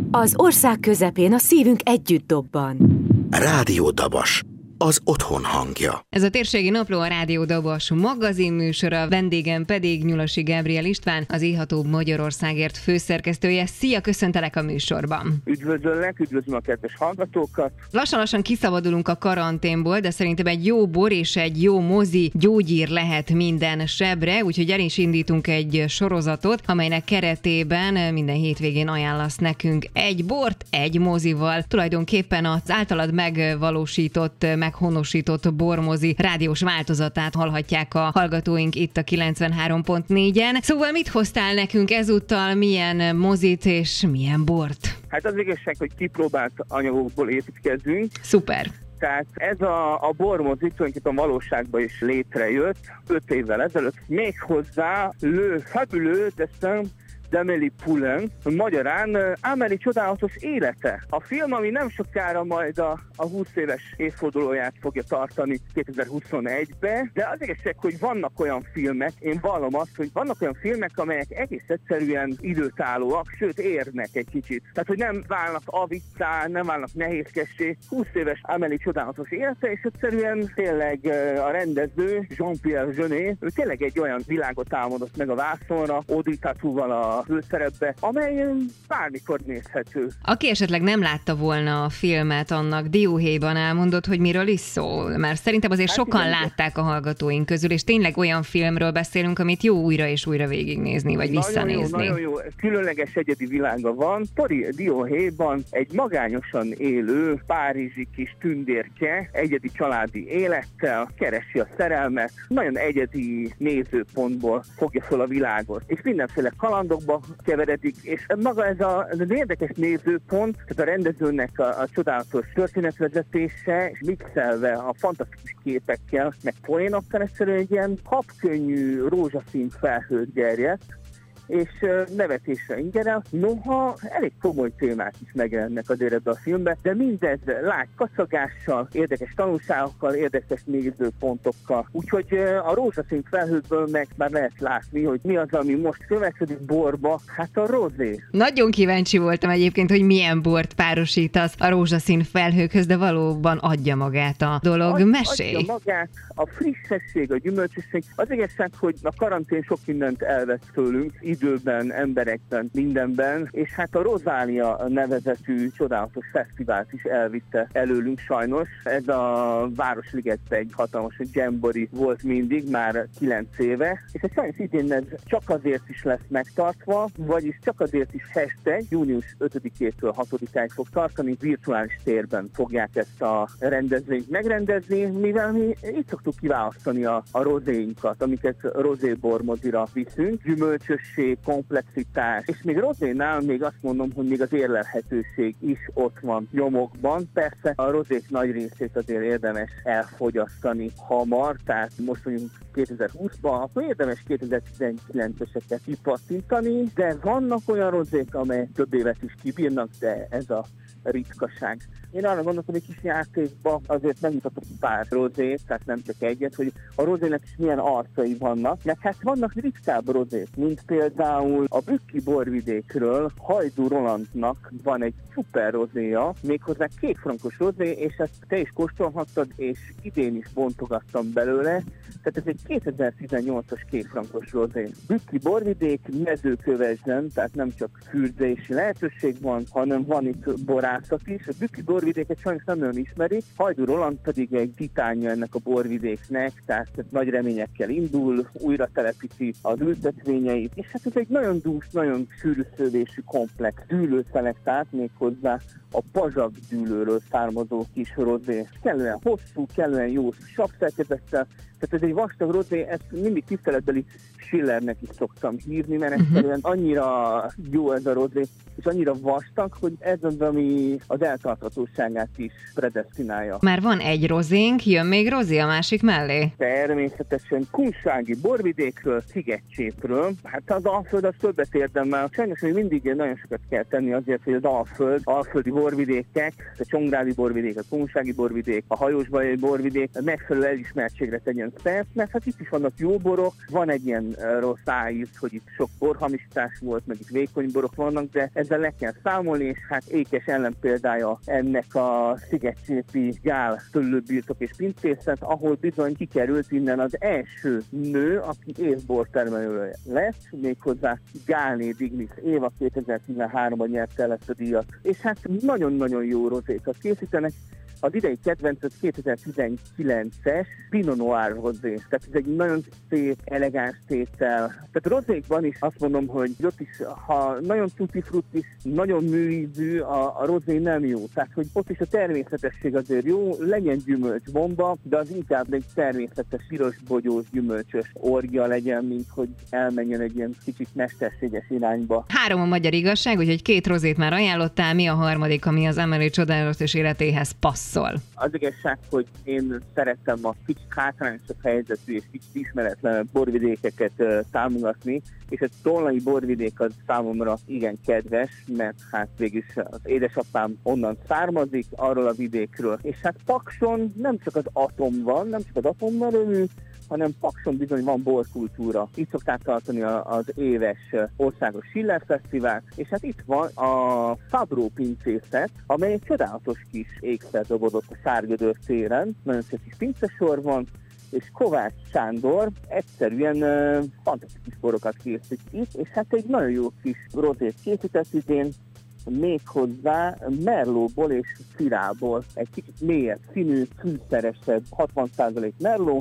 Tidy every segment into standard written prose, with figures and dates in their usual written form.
Az ország közepén a szívünk együtt dobban. Rádió Dabas, az otthon hangja. Ez a térségi napló a Rádió Dabas magazinműsora, vendégem pedig Nyulasi Gábriel István, az Élható Magyarországért főszerkesztője. Szia, köszöntelek a műsorban. Üdvözöllek, üdvözlöm a kedves hallgatókat. Lassan-lassan kiszabadulunk a karanténból, de szerintem egy jó bor és egy jó mozi gyógyír lehet minden sebre, úgyhogy el is indítunk egy sorozatot, amelynek keretében minden hétvégén ajánlasz nekünk egy bort, egy mozival. Tulajdonképpen az általad megvalósított, meghonosított bormozi rádiós változatát hallhatják a hallgatóink itt a 93.4-en. Szóval mit hoztál nekünk ezúttal, milyen mozit és milyen bort? Hát az igazság, hogy kipróbált anyagokból építkezünk. Szuper! Tehát ez a bormozi tulajdonképpen valóságban is létrejött 5 évvel ezelőtt. Méghozzá Le Fabuleux Destin d'Amélie Poulain, magyarán Amélie csodálatos élete. A film, ami nem sokára majd a 20 éves évfordulóját fogja tartani 2021-be, de az igazság, hogy vannak olyan filmek, én vallom azt, hogy vannak olyan filmek, amelyek egész egyszerűen időtállóak, sőt érnek egy kicsit. Tehát, hogy nem válnak aviccá, nem válnak nehézkessé. 20 éves Amélie csodálatos élete, és egyszerűen tényleg a rendező, Jean-Pierre Jeunet, ő tényleg egy olyan világot álmodott meg a vászonra, Audrey Tautou-val a főszerepbe, amely bármikor nézhető. Aki esetleg nem látta volna a filmet, annak dióhéjban elmondott, hogy miről is szól, mert szerintem azért sokan látták a hallgatóink közül, és tényleg olyan filmről beszélünk, amit jó újra és újra végignézni, vagy visszanézni. Nagyon jó. Különleges egyedi világa van. Tori dióhéjban egy magányosan élő párizsi kis tündérke, egyedi családi élettel keresi a szerelmet, nagyon egyedi nézőpontból fogja föl a világot, és mindenféle kalandokba keveredik, és maga ez az érdekes nézőpont, tehát a rendezőnek a csodálatos történetvezetése, és mixelve a fantasztikus képekkel, meg poénokkal egyszerűen egy ilyen habkönnyű rózsaszín felhőt gerjedt, és nevetésre ingerel. Noha elég komoly témák is megjelennek azért ebbe a filmbe, de mindez lágy kacagással, érdekes tanulságokkal, érdekes nézőpontokkal. Úgyhogy a rózsaszín felhőkből meg már lehet látni, hogy mi az, ami most következik borba, hát a rozé. Nagyon kíváncsi voltam egyébként, hogy milyen bort párosítasz a rózsaszín felhőkhöz, de valóban adja magát a dolog. Mesélj! Adja magát a frissesség, a gyümölcsösség. Az igazság, hogy a karantén sok mindent elvesz tőlünk, időben, emberekben, mindenben, és hát a Rozália nevezetű csodálatos fesztivált is elvitte előlünk sajnos. Ez a Városligetben egy hatalmas jamboree volt mindig, már 9 éve, és a sajnos idén ez csak azért is lesz megtartva, vagyis csak azért is hashtag június 5-től 6-áig fog tartani, virtuális térben fogják ezt a rendezvényt megrendezni, mivel mi itt szoktuk kiválasztani a rozéinkat, amiket rozébormozira viszünk, gyümölcsösség, komplexitás, és még rozénál még azt mondom, hogy még az érlelhetőség is ott van nyomokban. Persze a rozék nagy részét azért érdemes elfogyasztani hamar, tehát most mondjuk 2020-ban, akkor érdemes 2019-eseket kipattintani, de vannak olyan rozék, amelyek több évet is kibírnak, de ez a ritkaság. Én arra gondoltam, hogy kis játékban azért megmutatok pár rozét, tehát nem csak egyet, hogy a rozének is milyen arcai vannak, meg hát vannak ritkább rozék, mint például a Bükki borvidékről Hajdú Rolandnak van egy szuper rozéja, méghozzá 2 frankos rozé, és ezt te is kóstolhattad, és idén is bontogattam belőle, tehát ez egy 2018-as 2 frankos rozé. Bükki borvidék, Mezőkövesden, tehát nem csak fürdési lehetőség van, hanem van itt borászat is. A Bükki borvidéket sajnos nem nagyon ismerik, Hajdú Roland pedig egy titánja ennek a borvidéknek, tehát nagy reményekkel indul, újra telepíti az ültetvényeit, és hát ez egy nagyon dús, nagyon sűrű szövésű komplex dűlőszelektált, méghozzá a Pazsak dűlőről származó kis rozé. Kellően hosszú, kellően jó savszerkezettel, tehát ez egy vastag rozé, ezt mindig tiszteletbeli Schillernek is szoktam hívni, mert egyszerűen annyira jó ez a rozé, és annyira vastag, hogy ez az, ami az eltarthatóságát is predesztinálja. Már van egy rozénk, jön még rozé a másik mellé? Természetesen kunsági borvidékről, Szigetcsépről. Hát az Alföld az többet érdemel. Sajnos, hogy mindig nagyon sokat kell tenni azért, hogy az alföldi borvidékek, a Csongrádi borvidék, a kunsági borvidék, a Hajósbajai borvidék megfelelő elismertségre tegyen szert, mert hát itt is vannak jó borok, van egy ilyen rossz áíz, hogy itt sok borhamisítás volt, meg itt vékony borok vannak, de ez ezzel le kell számolni, és hát ékes ellenpéldája ennek a szigetsépi Gál szőlőbirtok és pincészet, ahol bizony kikerült innen az első nő, aki évbortermelő lesz, méghozzá Gálné Dignis Éva 2013-ban nyerte el ezt a díjat. És hát nagyon-nagyon jó rozékat készítenek. Az idei kedvenc az 2019-es Pinot Noir rozé. Tehát ez egy nagyon szép, elegáns tétel. Tehát rozékban is azt mondom, hogy ott is, ha nagyon tutti-frutti, nagyon műízű, a rozé nem jó. Tehát, hogy ott is a természetesség azért jó, legyen gyümölcsbomba, de az inkább egy természetes, piros, bogyós, gyümölcsös orgia legyen, mint hogy elmenjen egy ilyen kicsit mesterséges irányba. 3 a magyar igazság, úgyhogy 2 rozét már ajánlottál, mi a harmadik, ami az Amélie csodálatos életéhez passzol? Az igazság, hogy én szerettem a kicsit hátrányosabb helyzetű és kicsit ismeretlen borvidékeket támogatni, és a tolnai borvidék az számomra igen kedves, mert hát végülis az édesapám onnan származik, arról a vidékről. És hát Pakson nem csak az atom van, nem csak az atommerőmű, hanem Pakson bizony van borkultúra. Itt szokták tartani az éves országos Schiller Fesztivál, és hát itt van a Fabró pincészet, amely egy csodálatos kis ékszer dobodott a Sárgödör téren, nagyon szép kis pincesor van, és Kovács Sándor egyszerűen fantasztikus borokat készít itt, és hát egy nagyon jó kis rozét készített idén, méghozzá merlóból és szirából. Egy kicsit mélyebb színű, fűszeresebb, 60% merló,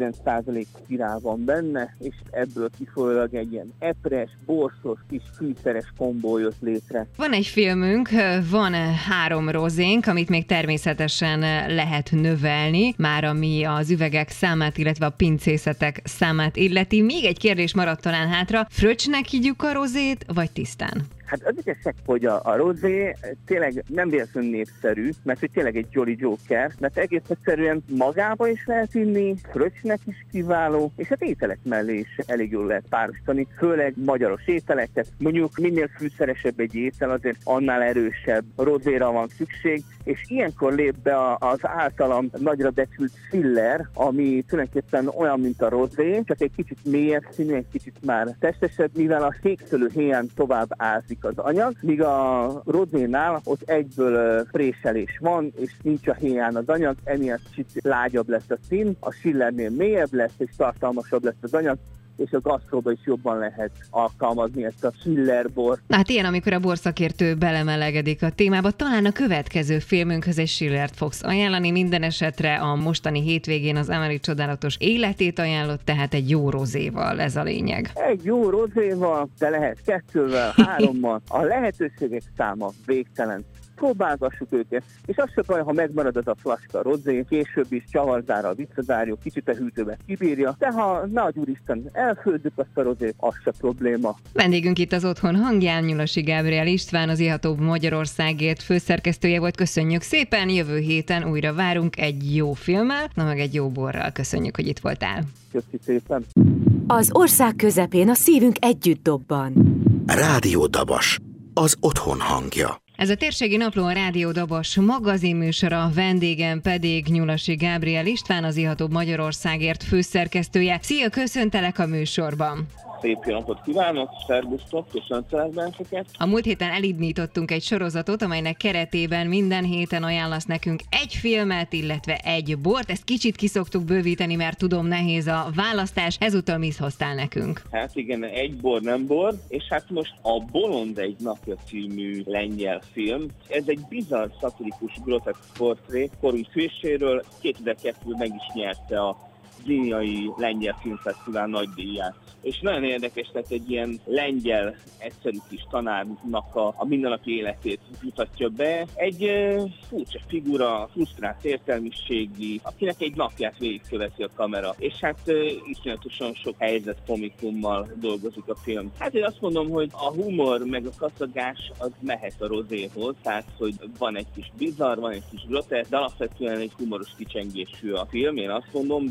40% szirá van benne, és ebből kifolyólag egy ilyen epres, borsos, kis fűszeres kombó jött létre. Van egy filmünk, van 3 rozénk, amit még természetesen lehet növelni, már ami az üvegek számát, illetve a pincészetek számát illeti. Még egy kérdés maradt talán hátra. Fröccsnek higgyük a rozét, vagy tisztán? Hát az igazság, hogy a rozé tényleg nem véletlenül népszerű, mert hogy tényleg egy Jolly Joker, mert egész egyszerűen magába is lehet inni, fröccsnek is kiváló, és hát ételek mellé is elég jól lehet párosítani, főleg magyaros ételeket. Mondjuk minél fűszeresebb egy étel, azért annál erősebb rozéra van szükség, és ilyenkor lép be az általam nagyra becsült Schiller, ami tulajdonképpen olyan, mint a rozé, csak egy kicsit mélyebb színű, egy kicsit már testesebb, mivel a székszőlő héján tovább ázik az anyag, míg a rozénál ott egyből préselés van, és nincs a héján az anyag, emiatt kicsit lágyabb lesz a szín, a Schillernél mélyebb lesz, és tartalmasabb lesz az anyag, és a gasztróba is jobban lehet alkalmazni ezt a Schiller bort. Hát ilyen, amikor a borszakértő belemelegedik a témába, talán a következő filmünkhöz egy Schillert fogsz ajánlani. Minden esetre a mostani hétvégén az Amélie csodálatos életét ajánlott, tehát egy jó rozéval, ez a lényeg. Egy jó rozéval, de lehet 2-vel, 3-mal. A lehetőségek száma végtelen. Próbálgassuk őket, és az se baj, ha megmarad az a flaska rozé, később is csavarzára visszazárjuk, kicsit a hűtőbe kibírja, de ha nagy úristen elfőzzük azt a rozét, az se probléma. Vendégünk itt az Otthon hangján, Nyulasi Gábriel István, az Ihatóbb Magyarországért főszerkesztője volt. Köszönjük szépen, jövő héten újra várunk egy jó filmmel, na meg egy jó borral. Köszönjük, hogy itt voltál. Köszi szépen. Az ország közepén a szívünk együtt dobban. Rádió Dabas, az otthon hangja. Ez a Térségi Napló, a Rádió Dabas magazinműsora, vendégem pedig Nyulasi Gábriel István, az Ihatóbb Magyarországért főszerkesztője. Szia, köszöntelek a műsorban! Szép jó napot kívánok, szervusztok, köszöntelek benneteket. A múlt héten elindítottunk egy sorozatot, amelynek keretében minden héten ajánlasz nekünk egy filmet, illetve egy bort. Ezt kicsit ki szoktuk bővíteni, mert tudom, nehéz a választás. Ezúttal mit hoztál nekünk? Hát igen, egy bor, nem bor, és hát most a Bolond egy napja című lengyel film. Ez egy bizarr, szatirikus, groteszk portré korúj főséről, 2002-ben meg is nyerte a Gdyniai Lengyel Filmfesztivál nagy díját. És nagyon érdekes, tehát egy ilyen lengyel, egyszerű kis tanárnak a mindennapi életét mutatja be. Egy furcsa figura, frusztrált értelmiségi, akinek egy napját végigköveti a kamera. És hát iszonyatosan sok helyzet komikummal dolgozik a film. Hát én azt mondom, hogy a humor meg a kacagás az mehet a rozéhoz, tehát hogy van egy kis bizarr, van egy kis groteszk, de alapvetően egy humoros kicsengésű a film, én azt mondom, bár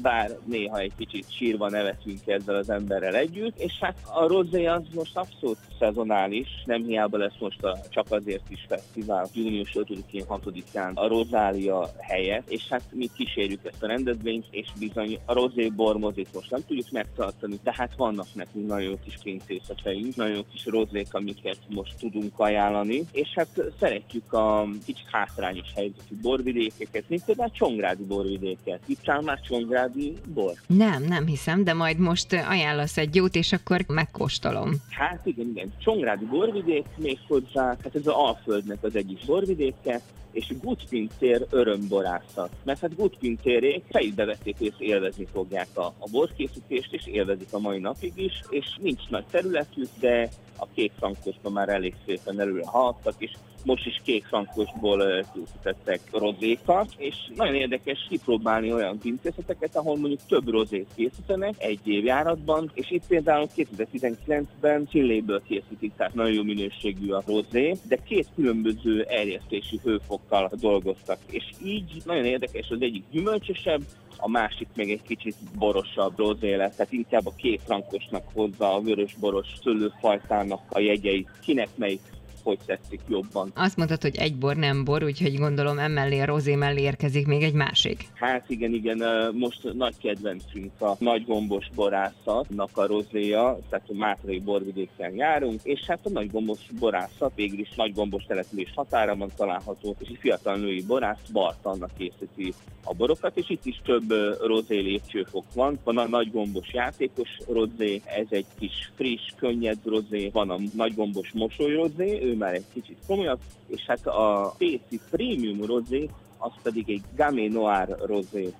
néha egy kicsit sírva nevetünk ezzel az emberrel együtt, és hát a rozé az most abszolút szezonális, nem hiába lesz most a Csak azért is fesztivál június 5-én, 6-án a Rozália helye, és hát mi kísérjük ezt a rendezvényt, és bizony a rozé bormozit most nem tudjuk megtartani, de hát vannak nekünk nagyon jó kis pincészeteink, nagyon jó kis rozék, amiket most tudunk ajánlani, és hát szeretjük a kicsit hátrányos helyzetű borvidékeket, mint például a csongrádi borvidéket. Itt már csongrádi bor? Nem hiszem, de majd most ajánlasz egy jót, és akkor megkóstolom. Hát igen. Csongrádi borvidék, még hozzá, hát ez az Alföldnek az egyik borvidéke, és Gutpintér örömborászat. Mert hát Gutpintérék fejükbe vették, és élvezni fogják a borkészítést, és élvezik a mai napig is, és nincs nagy területük, de a kékfrankosban már elég szépen előre haladtak, és most is kékfrankosból készítettek rozékat, és nagyon érdekes kipróbálni olyan pincészeteket, ahol mondjuk több rozét készítenek egy évjáratban, és itt például 2019-ben Chiléből készítik, tehát nagyon jó minőségű a rozé, de két különböző erjesztési hőfokkal dolgoztak, és így nagyon érdekes, az egyik gyümölcsösebb, a másik még egy kicsit borosabb rozé lesz, tehát inkább a kékfrankosnak hozza a vörösboros szőlőfajtának a jegyeit. Kinek melyik hogy tetszik jobban. Azt mondtad, hogy egy bor nem bor, úgyhogy gondolom emellé a rozé mellé érkezik még egy másik. Hát igen, most nagy kedvencünk a nagygombos borászatnak a rozéja, tehát a Mátrai borvidéken járunk, és hát a nagygombos borászat végül is nagygombos település határában található, és egy fiatal női borász Bartalnak készíti a borokat, és itt is több rozé lépcsőfok van. Van a nagygombos játékos rozé, ez egy kis friss, könnyed rozé, van a nagygombos mosoly rozé, ő már egy kicsit komolyabb, és hát a Péci Premium rozé, az pedig egy Gamay Noir rozé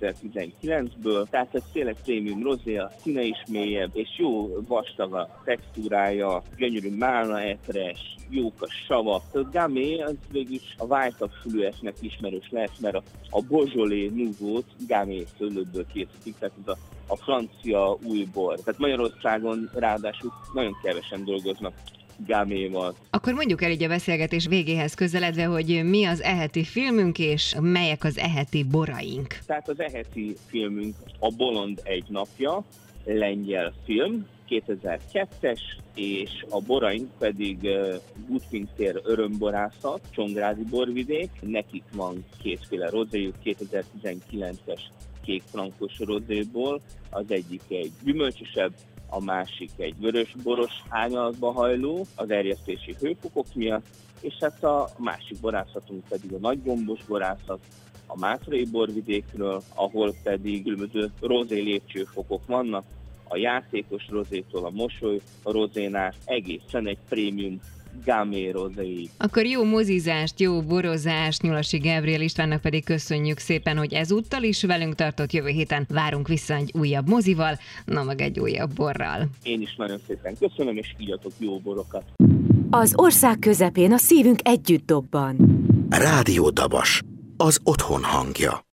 2019-ből, tehát ez tényleg prémium rozé, a színe is mélyebb, és jó vastag a textúrája, gyönyörű málna epres, jók a savak. A Gamay az végülis a vájtabb fülőesnek ismerős lehet, mert a Beaujolais Nouveau-t Gamay szőlőből készítik, tehát ez a francia új bor. Tehát Magyarországon ráadásul nagyon kevesen dolgoznak Gaméval. Akkor mondjuk el így a beszélgetés végéhez közeledve, hogy mi az eheti filmünk, és melyek az eheti boraink. Tehát az eheti filmünk a Bolond egy napja, lengyel film, 2002-es, és a boraink pedig Gutpintér örömborászat, csongrádi borvidék. Nekik van kétféle rozéjuk, 2019-es kékfrankos rozéból, az egyik egy gyümölcsösebb, a másik egy vörösboros árnyalatba hajló az erjesztési hőfokok miatt, és hát a másik borászatunk pedig a nagygombos borászat a Mátrai borvidékről, ahol pedig különböző rozé lépcsőfokok vannak, a játékos rozétól a mosoly rozénál egészen egy prémium Gamay rozéig. Akkor jó mozizást, jó borozást, Nyulasi Gabriel Istvánnak pedig köszönjük szépen, hogy ezúttal is velünk tartott. Jövő héten várunk vissza egy újabb mozival, na meg egy újabb borral. Én is nagyon szépen köszönöm, és ígyatok jó borokat. Az ország közepén a szívünk együtt dobban. Rádió Dabas, az otthon hangja.